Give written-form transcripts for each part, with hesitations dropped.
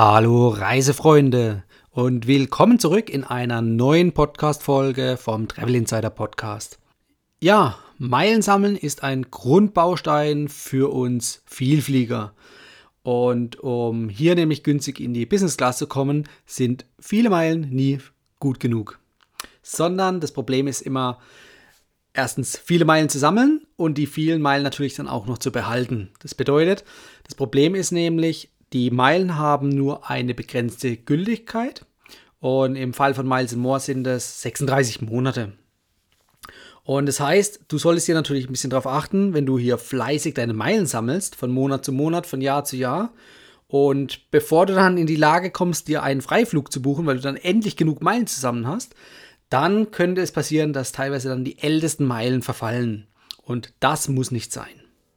Hallo Reisefreunde und willkommen zurück in einer neuen Podcast-Folge vom Travel Insider Podcast. Ja, Meilen sammeln ist ein Grundbaustein für uns Vielflieger. Und um hier nämlich günstig in die Business Class zu kommen, sind viele Meilen nie gut genug. Sondern das Problem ist immer, erstens viele Meilen zu sammeln und die vielen Meilen natürlich dann auch noch zu behalten. Das bedeutet, das Problem ist nämlich, die Meilen haben nur eine begrenzte Gültigkeit und im Fall von Miles & More sind es 36 Monate. Und das heißt, du solltest hier natürlich ein bisschen darauf achten, wenn du hier fleißig deine Meilen sammelst, von Monat zu Monat, von Jahr zu Jahr. Und bevor du dann in die Lage kommst, dir einen Freiflug zu buchen, weil du dann endlich genug Meilen zusammen hast, dann könnte es passieren, dass teilweise dann die ältesten Meilen verfallen. Und das muss nicht sein.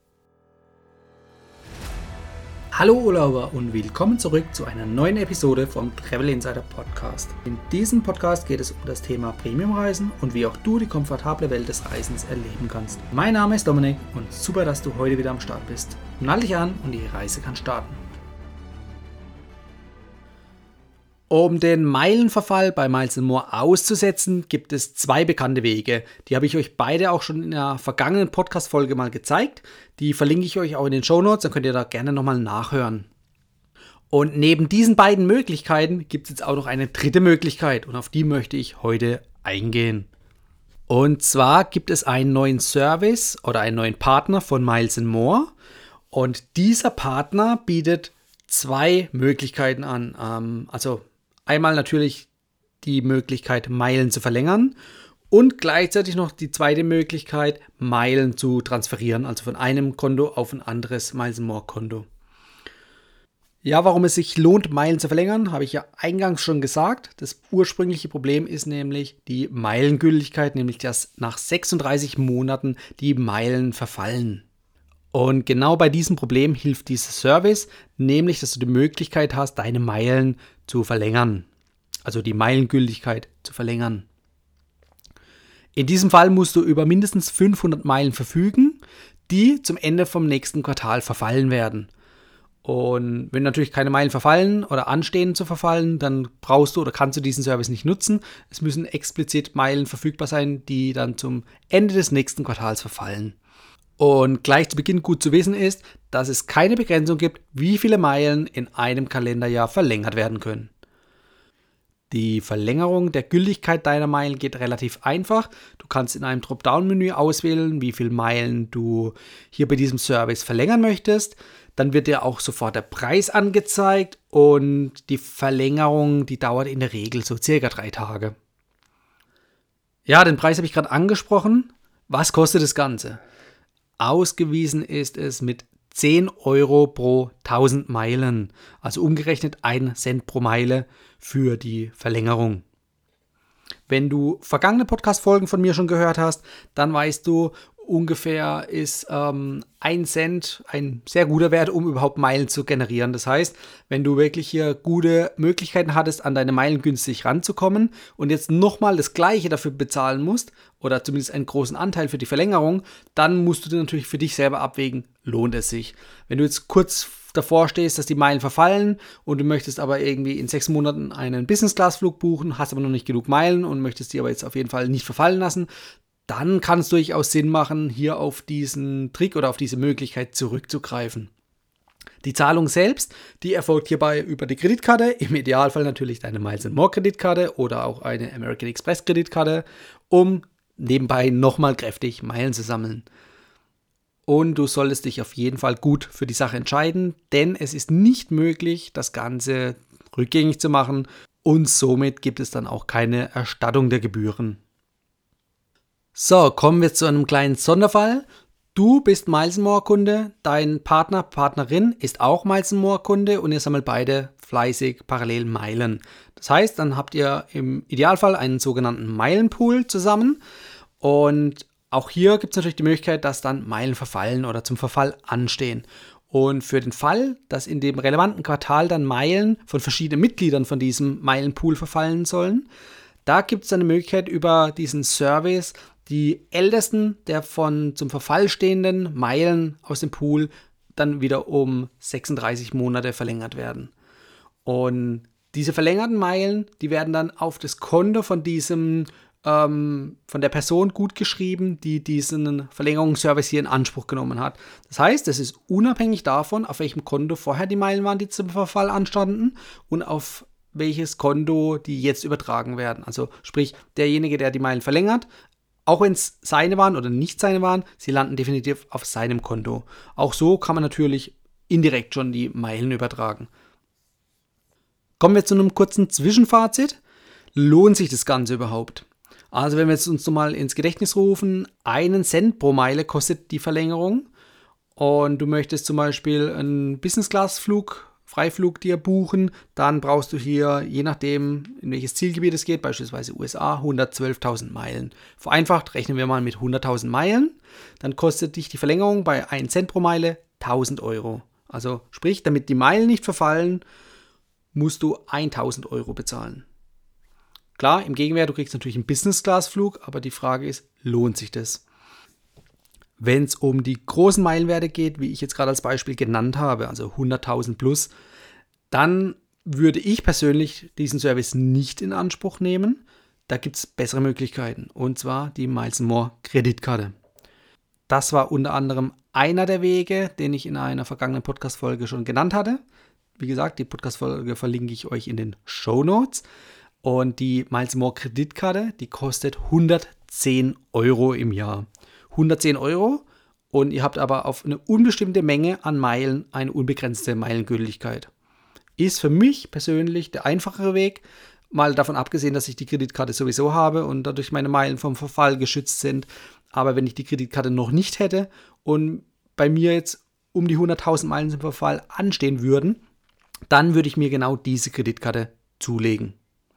Hallo Urlauber und willkommen zurück zu einer neuen Episode vom Travel Insider Podcast. In diesem Podcast geht es um das Thema Premiumreisen und wie auch du die komfortable Welt des Reisens erleben kannst. Mein Name ist Dominik und super, dass du heute wieder am Start bist. Nall dich an und die Reise kann starten. Um den Meilenverfall bei Miles & More auszusetzen, gibt es zwei bekannte Wege. Die habe ich euch beide auch schon in der vergangenen Podcast-Folge mal gezeigt. Die verlinke ich euch auch in den Shownotes, dann könnt ihr da gerne nochmal nachhören. Und neben diesen beiden Möglichkeiten gibt es jetzt auch noch eine dritte Möglichkeit und auf die möchte ich heute eingehen. Und zwar gibt es einen neuen Service oder einen neuen Partner von Miles & More und dieser Partner bietet zwei Möglichkeiten an. Einmal natürlich die Möglichkeit, Meilen zu verlängern und gleichzeitig noch die zweite Möglichkeit, Meilen zu transferieren, also von einem Konto auf ein anderes Miles & More Konto. Ja, warum es sich lohnt, Meilen zu verlängern, habe ich ja eingangs schon gesagt. Das ursprüngliche Problem ist nämlich die Meilengültigkeit, nämlich dass nach 36 Monaten die Meilen verfallen. Und genau bei diesem Problem hilft dieser Service, nämlich, dass du die Möglichkeit hast, deine Meilen zu verlängern. Also die Meilengültigkeit zu verlängern. In diesem Fall musst du über mindestens 500 Meilen verfügen, die zum Ende vom nächsten Quartal verfallen werden. Und wenn natürlich keine Meilen verfallen oder anstehen zu verfallen, dann brauchst du oder kannst du diesen Service nicht nutzen. Es müssen explizit Meilen verfügbar sein, die dann zum Ende des nächsten Quartals verfallen. Und gleich zu Beginn gut zu wissen ist, dass es keine Begrenzung gibt, wie viele Meilen in einem Kalenderjahr verlängert werden können. Die Verlängerung der Gültigkeit deiner Meilen geht relativ einfach. Du kannst in einem Dropdown-Menü auswählen, wie viele Meilen du hier bei diesem Service verlängern möchtest. Dann wird dir auch sofort der Preis angezeigt und die Verlängerung, die dauert in der Regel so circa 3 Tage. Ja, den Preis habe ich gerade angesprochen. Was kostet das Ganze? Ausgewiesen ist es mit 10 Euro pro 1000 Meilen, also umgerechnet 1 Cent pro Meile für die Verlängerung. Wenn du vergangene Podcast-Folgen von mir schon gehört hast, dann weißt du, ungefähr ist 1 Cent ein sehr guter Wert, um überhaupt Meilen zu generieren. Das heißt, wenn du wirklich hier gute Möglichkeiten hattest, an deine Meilen günstig ranzukommen und jetzt nochmal das Gleiche dafür bezahlen musst oder zumindest einen großen Anteil für die Verlängerung, dann musst du dir natürlich für dich selber abwägen, lohnt es sich. Wenn du jetzt kurz davor stehst, dass die Meilen verfallen und du möchtest aber irgendwie in 6 Monaten einen Business-Class-Flug buchen, hast aber noch nicht genug Meilen und möchtest die aber jetzt auf jeden Fall nicht verfallen lassen, dann kann es durchaus Sinn machen, hier auf diesen Trick oder auf diese Möglichkeit zurückzugreifen. Die Zahlung selbst, die erfolgt hierbei über die Kreditkarte, im Idealfall natürlich deine Miles & More Kreditkarte oder auch eine American Express Kreditkarte, um nebenbei nochmal kräftig Meilen zu sammeln. Und du solltest dich auf jeden Fall gut für die Sache entscheiden, denn es ist nicht möglich, das Ganze rückgängig zu machen und somit gibt es dann auch keine Erstattung der Gebühren. So, kommen wir zu einem kleinen Sonderfall. Du bist Miles & More Kunde, dein Partner, Partnerin ist auch Miles & More Kunde und ihr sammelt beide fleißig parallel Meilen. Das heißt, dann habt ihr im Idealfall einen sogenannten Meilenpool zusammen und auch hier gibt es natürlich die Möglichkeit, dass dann Meilen verfallen oder zum Verfall anstehen. Und für den Fall, dass in dem relevanten Quartal dann Meilen von verschiedenen Mitgliedern von diesem Meilenpool verfallen sollen, da gibt es eine Möglichkeit über diesen Service, die ältesten der zum Verfall stehenden Meilen aus dem Pool dann wieder um 36 Monate verlängert werden. Und diese verlängerten Meilen, die werden dann auf das Konto von der Person gut geschrieben, die diesen Verlängerungsservice hier in Anspruch genommen hat. Das heißt, es ist unabhängig davon, auf welchem Konto vorher die Meilen waren, die zum Verfall anstanden und auf welches Konto die jetzt übertragen werden. Also sprich, derjenige, der die Meilen verlängert, auch wenn es seine waren oder nicht seine waren, sie landen definitiv auf seinem Konto. Auch so kann man natürlich indirekt schon die Meilen übertragen. Kommen wir zu einem kurzen Zwischenfazit. Lohnt sich das Ganze überhaupt? Also wenn wir jetzt uns nochmal ins Gedächtnis rufen, 1 Cent pro Meile kostet die Verlängerung und du möchtest zum Beispiel einen Business-Class-Flug, Freiflug dir buchen, dann brauchst du hier, je nachdem in welches Zielgebiet es geht, beispielsweise USA, 112.000 Meilen. Vereinfacht rechnen wir mal mit 100.000 Meilen, dann kostet dich die Verlängerung bei 1 Cent pro Meile 1.000 Euro. Also sprich, damit die Meilen nicht verfallen, musst du 1.000 Euro bezahlen. Klar, im Gegenwert, du kriegst natürlich einen Business-Class-Flug, aber die Frage ist, lohnt sich das? Wenn es um die großen Meilenwerte geht, wie ich jetzt gerade als Beispiel genannt habe, also 100.000 plus, dann würde ich persönlich diesen Service nicht in Anspruch nehmen. Da gibt es bessere Möglichkeiten, und zwar die Miles & More Kreditkarte. Das war unter anderem einer der Wege, den ich in einer vergangenen Podcast-Folge schon genannt hatte. Wie gesagt, die Podcast-Folge verlinke ich euch in den Shownotes. Und die Miles & More Kreditkarte, die kostet 110 Euro im Jahr. 110 Euro und ihr habt aber auf eine unbestimmte Menge an Meilen eine unbegrenzte Meilengültigkeit. Ist für mich persönlich der einfachere Weg, mal davon abgesehen, dass ich die Kreditkarte sowieso habe und dadurch meine Meilen vom Verfall geschützt sind. Aber wenn ich die Kreditkarte noch nicht hätte und bei mir jetzt um die 100.000 Meilen zum Verfall anstehen würden, dann würde ich mir genau diese Kreditkarte zulegen.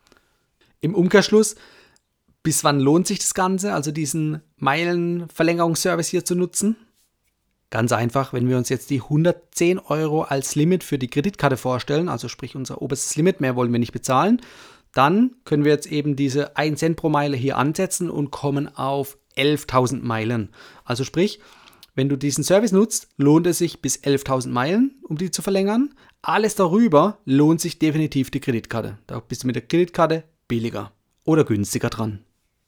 Im Umkehrschluss, bis wann lohnt sich das Ganze, also diesen Meilenverlängerungsservice hier zu nutzen? Ganz einfach, wenn wir uns jetzt die 110 Euro als Limit für die Kreditkarte vorstellen, also sprich unser oberstes Limit, mehr wollen wir nicht bezahlen, dann können wir jetzt eben diese 1 Cent pro Meile hier ansetzen und kommen auf 11.000 Meilen. Also sprich, wenn du diesen Service nutzt, lohnt es sich bis 11.000 Meilen, um die zu verlängern. Alles darüber lohnt sich definitiv die Kreditkarte. Da bist du mit der Kreditkarte billiger oder günstiger dran.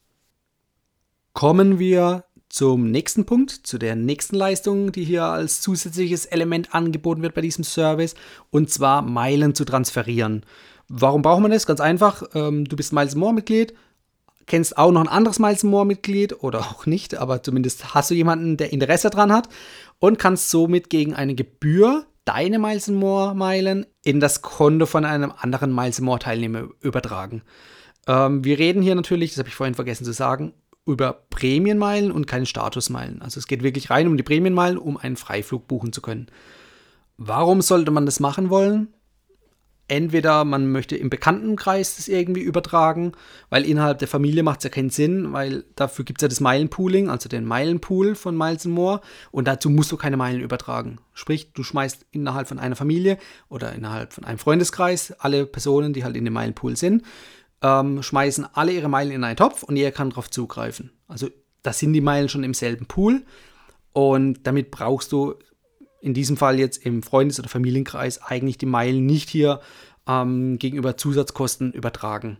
Kommen wir zum nächsten Punkt, zu der nächsten Leistung, die hier als zusätzliches Element angeboten wird bei diesem Service, und zwar Meilen zu transferieren. Warum braucht man das? Ganz einfach, du bist Miles & More Mitglied, kennst auch noch ein anderes Miles & More Mitglied oder auch nicht, aber zumindest hast du jemanden, der Interesse daran hat und kannst somit gegen eine Gebühr deine Miles & More Meilen in das Konto von einem anderen Miles & More Teilnehmer übertragen. Wir reden hier natürlich, das habe ich vorhin vergessen zu sagen, über Prämienmeilen und keine Statusmeilen. Also es geht wirklich rein um die Prämienmeilen, um einen Freiflug buchen zu können. Warum sollte man das machen wollen? Entweder man möchte im Bekanntenkreis das irgendwie übertragen, weil innerhalb der Familie macht es ja keinen Sinn, weil dafür gibt es ja das Meilenpooling, also den Meilenpool von Miles & More, und dazu musst du keine Meilen übertragen. Sprich, du schmeißt innerhalb von einer Familie oder innerhalb von einem Freundeskreis alle Personen, die halt in dem Meilenpool sind, schmeißen alle ihre Meilen in einen Topf und jeder kann darauf zugreifen. Also da sind die Meilen schon im selben Pool und damit brauchst du in diesem Fall jetzt im Freundes- oder Familienkreis eigentlich die Meilen nicht hier gegenüber Zusatzkosten übertragen.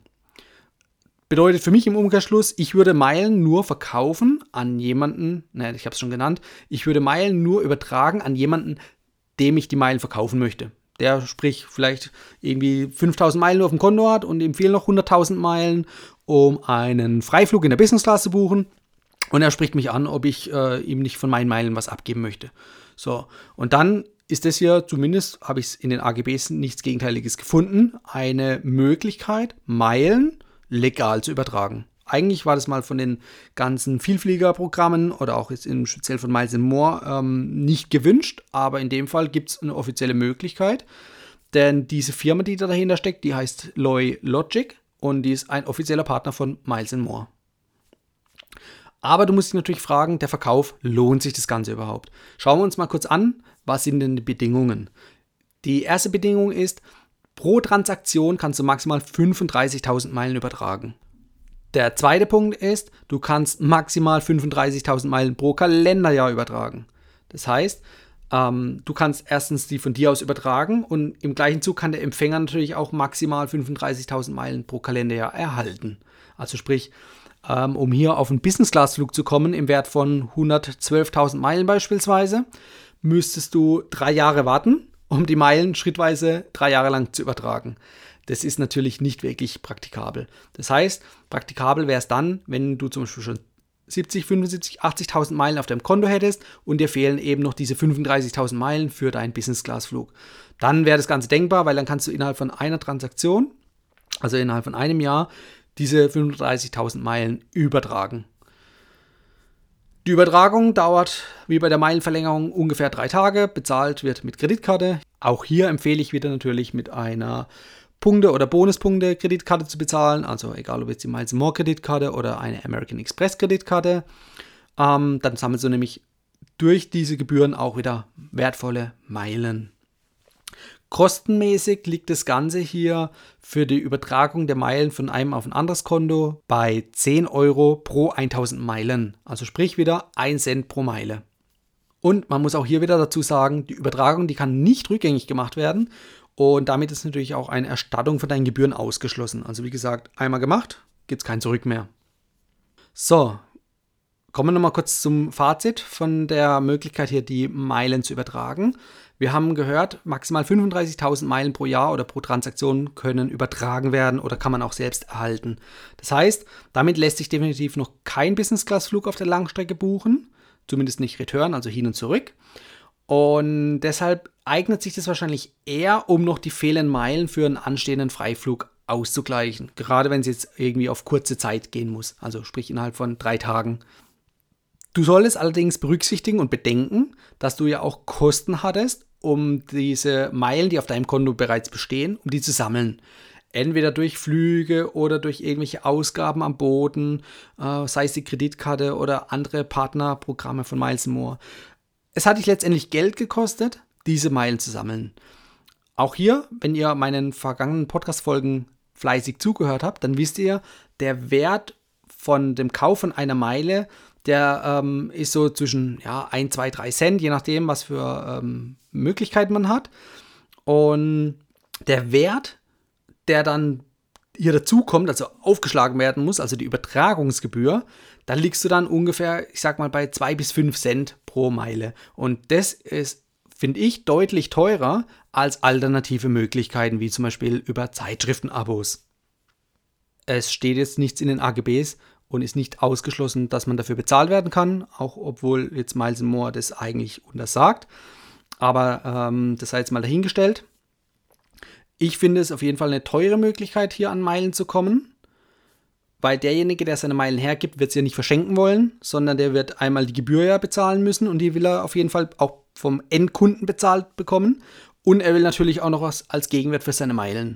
Bedeutet für mich im Umkehrschluss, ich würde Meilen nur verkaufen an jemanden, ich habe es schon genannt, ich würde Meilen nur übertragen an jemanden, dem ich die Meilen verkaufen möchte. Der sprich vielleicht irgendwie 5.000 Meilen nur auf dem Konto hat und ihm fehlen noch 100.000 Meilen, um einen Freiflug in der Business Class zu buchen. Und er spricht mich an, ob ich ihm nicht von meinen Meilen was abgeben möchte. So, und dann ist das hier, zumindest habe ich es in den AGBs nichts Gegenteiliges gefunden, eine Möglichkeit, Meilen legal zu übertragen. Eigentlich war das mal von den ganzen Vielfliegerprogrammen oder auch jetzt speziell von Miles & More nicht gewünscht, aber in dem Fall gibt es eine offizielle Möglichkeit, denn diese Firma, die da dahinter steckt, die heißt Loylogic und die ist ein offizieller Partner von Miles & More. Aber du musst dich natürlich fragen, der Verkauf, lohnt sich das Ganze überhaupt? Schauen wir uns mal kurz an, was sind denn die Bedingungen? Die erste Bedingung ist, pro Transaktion kannst du maximal 35.000 Meilen übertragen. Der zweite Punkt ist, du kannst maximal 35.000 Meilen pro Kalenderjahr übertragen. Das heißt, Du kannst erstens die von dir aus übertragen und im gleichen Zug kann der Empfänger natürlich auch maximal 35.000 Meilen pro Kalenderjahr erhalten. Also sprich, um hier auf einen Business-Class-Flug zu kommen im Wert von 112.000 Meilen beispielsweise, müsstest du 3 Jahre warten, um die Meilen schrittweise 3 Jahre lang zu übertragen. Das ist natürlich nicht wirklich praktikabel. Das heißt, praktikabel wäre es dann, wenn du zum Beispiel schon 70, 75, 80.000 Meilen auf deinem Konto hättest und dir fehlen eben noch diese 35.000 Meilen für deinen Business-Class-Flug. Dann wäre das Ganze denkbar, weil dann kannst du innerhalb von einer Transaktion, also innerhalb von einem Jahr, diese 35.000 Meilen übertragen. Die Übertragung dauert, wie bei der Meilenverlängerung, ungefähr 3 Tage. Bezahlt wird mit Kreditkarte. Auch hier empfehle ich wieder natürlich mit einer Punkte- oder Bonuspunkte-Kreditkarte zu bezahlen, also egal ob jetzt die Miles & More Kreditkarte oder eine American Express Kreditkarte, dann sammelst du nämlich durch diese Gebühren auch wieder wertvolle Meilen. Kostenmäßig liegt das Ganze hier für die Übertragung der Meilen von einem auf ein anderes Konto bei 10 Euro pro 1000 Meilen, also sprich wieder 1 Cent pro Meile. Und man muss auch hier wieder dazu sagen, die Übertragung, die kann nicht rückgängig gemacht werden. Und damit ist natürlich auch eine Erstattung von deinen Gebühren ausgeschlossen. Also wie gesagt, einmal gemacht, gibt es kein Zurück mehr. So, kommen wir nochmal kurz zum Fazit von der Möglichkeit hier, die Meilen zu übertragen. Wir haben gehört, maximal 35.000 Meilen pro Jahr oder pro Transaktion können übertragen werden oder kann man auch selbst erhalten. Das heißt, damit lässt sich definitiv noch kein Business-Class-Flug auf der Langstrecke buchen, zumindest nicht Return, also hin und zurück. Und deshalb eignet sich das wahrscheinlich eher, um noch die fehlenden Meilen für einen anstehenden Freiflug auszugleichen. Gerade wenn es jetzt irgendwie auf kurze Zeit gehen muss, also sprich innerhalb von 3 Tagen. Du solltest allerdings berücksichtigen und bedenken, dass du ja auch Kosten hattest, um diese Meilen, die auf deinem Konto bereits bestehen, um die zu sammeln. Entweder durch Flüge oder durch irgendwelche Ausgaben am Boden, sei es die Kreditkarte oder andere Partnerprogramme von Miles & More. Es hat dich letztendlich Geld gekostet, diese Meilen zu sammeln. Auch hier, wenn ihr meinen vergangenen Podcast-Folgen fleißig zugehört habt, dann wisst ihr, der Wert von dem Kauf von einer Meile, der ist so zwischen 1, 2, 3 Cent, je nachdem, was für Möglichkeiten man hat. Und der Wert, der dann hier dazukommt, also aufgeschlagen werden muss, also die Übertragungsgebühr, da liegst du dann ungefähr, ich sag mal, bei 2 bis 5 Cent pro Meile. Und das ist, finde ich, deutlich teurer als alternative Möglichkeiten, wie zum Beispiel über Zeitschriftenabos. Es steht jetzt nichts in den AGBs und ist nicht ausgeschlossen, dass man dafür bezahlt werden kann, auch obwohl jetzt Miles & More das eigentlich untersagt. Aber das sei jetzt mal dahingestellt. Ich finde es auf jeden Fall eine teure Möglichkeit, hier an Meilen zu kommen, weil derjenige, der seine Meilen hergibt, wird es ja nicht verschenken wollen, sondern der wird einmal die Gebühr ja bezahlen müssen und die will er auf jeden Fall auch vom Endkunden bezahlt bekommen und er will natürlich auch noch was als Gegenwert für seine Meilen.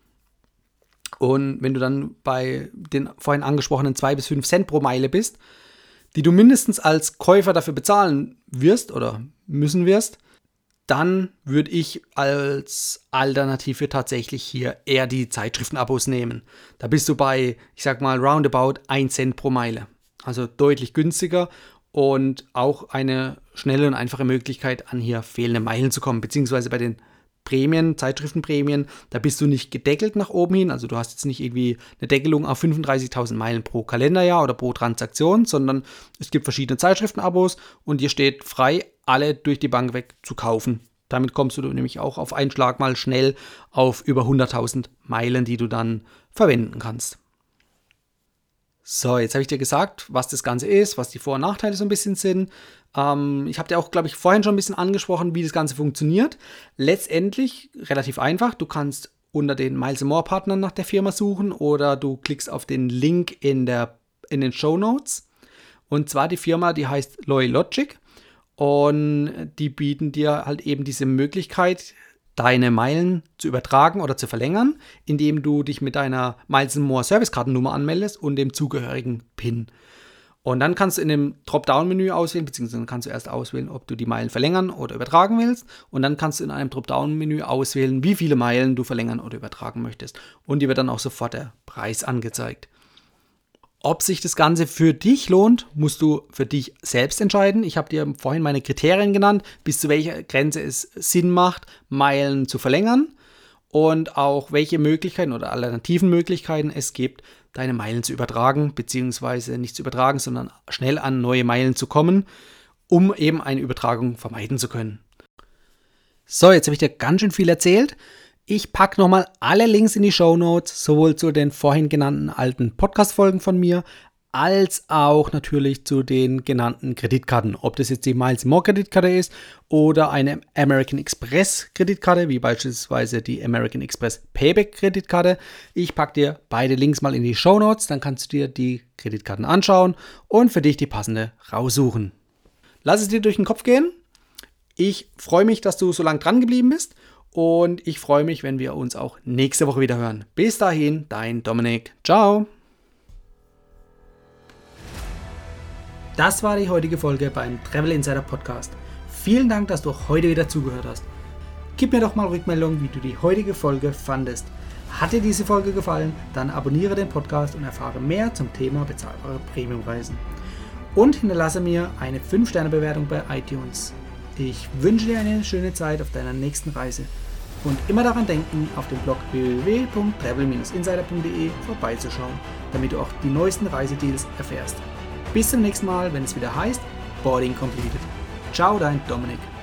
Und wenn du dann bei den vorhin angesprochenen 2 bis 5 Cent pro Meile bist, die du mindestens als Käufer dafür bezahlen wirst oder müssen wirst, dann würde ich als Alternative tatsächlich hier eher die Zeitschriftenabos nehmen. Da bist du bei, ich sag mal, roundabout 1 Cent pro Meile. Also deutlich günstiger und auch eine schnelle und einfache Möglichkeit, an hier fehlende Meilen zu kommen. Beziehungsweise bei den Prämien, Zeitschriftenprämien, da bist du nicht gedeckelt nach oben hin. Also du hast jetzt nicht irgendwie eine Deckelung auf 35.000 Meilen pro Kalenderjahr oder pro Transaktion, sondern es gibt verschiedene Zeitschriftenabos und dir steht frei, alle durch die Bank weg zu kaufen. Damit kommst du nämlich auch auf einen Schlag mal schnell auf über 100.000 Meilen, die du dann verwenden kannst. So, jetzt habe ich dir gesagt, was das Ganze ist, was die Vor- und Nachteile so ein bisschen sind. Ich habe dir auch, glaube ich, vorhin schon ein bisschen angesprochen, wie das Ganze funktioniert. Letztendlich relativ einfach. Du kannst unter den Miles & More Partnern nach der Firma suchen oder du klickst auf den Link in den Shownotes. Und zwar die Firma, die heißt Loylogic. Und die bieten dir halt eben diese Möglichkeit, deine Meilen zu übertragen oder zu verlängern, indem du dich mit deiner Miles & More Servicekartennummer anmeldest und dem zugehörigen PIN. Und dann kannst du in dem Dropdown-Menü auswählen, beziehungsweise kannst du erst auswählen, ob du die Meilen verlängern oder übertragen willst. Und dann kannst du in einem Dropdown-Menü auswählen, wie viele Meilen du verlängern oder übertragen möchtest. Und dir wird dann auch sofort der Preis angezeigt. Ob sich das Ganze für dich lohnt, musst du für dich selbst entscheiden. Ich habe dir vorhin meine Kriterien genannt, bis zu welcher Grenze es Sinn macht, Meilen zu verlängern und auch welche Möglichkeiten oder alternativen Möglichkeiten es gibt, deine Meilen zu übertragen, beziehungsweise nicht zu übertragen, sondern schnell an neue Meilen zu kommen, um eben eine Übertragung vermeiden zu können. So, jetzt habe ich dir ganz schön viel erzählt. Ich packe nochmal alle Links in die Shownotes, sowohl zu den vorhin genannten alten Podcast-Folgen von mir, als auch natürlich zu den genannten Kreditkarten. Ob das jetzt die Miles More Kreditkarte ist oder eine American Express Kreditkarte, wie beispielsweise die American Express Payback Kreditkarte. Ich packe dir beide Links mal in die Shownotes, dann kannst du dir die Kreditkarten anschauen und für dich die passende raussuchen. Lass es dir durch den Kopf gehen. Ich freue mich, dass du so lange dran geblieben bist. Und ich freue mich, wenn wir uns auch nächste Woche wieder hören. Bis dahin, dein Dominik. Ciao. Das war die heutige Folge beim Travel Insider Podcast. Vielen Dank, dass du heute wieder zugehört hast. Gib mir doch mal Rückmeldung, wie du die heutige Folge fandest. Hat dir diese Folge gefallen? Dann abonniere den Podcast und erfahre mehr zum Thema bezahlbare Premiumreisen. Und hinterlasse mir eine 5-Sterne-Bewertung bei iTunes. Ich wünsche dir eine schöne Zeit auf deiner nächsten Reise. Und immer daran denken, auf dem Blog www.travel-insider.de vorbeizuschauen, damit du auch die neuesten Reisedeals erfährst. Bis zum nächsten Mal, wenn es wieder heißt Boarding Completed. Ciao, dein Dominik.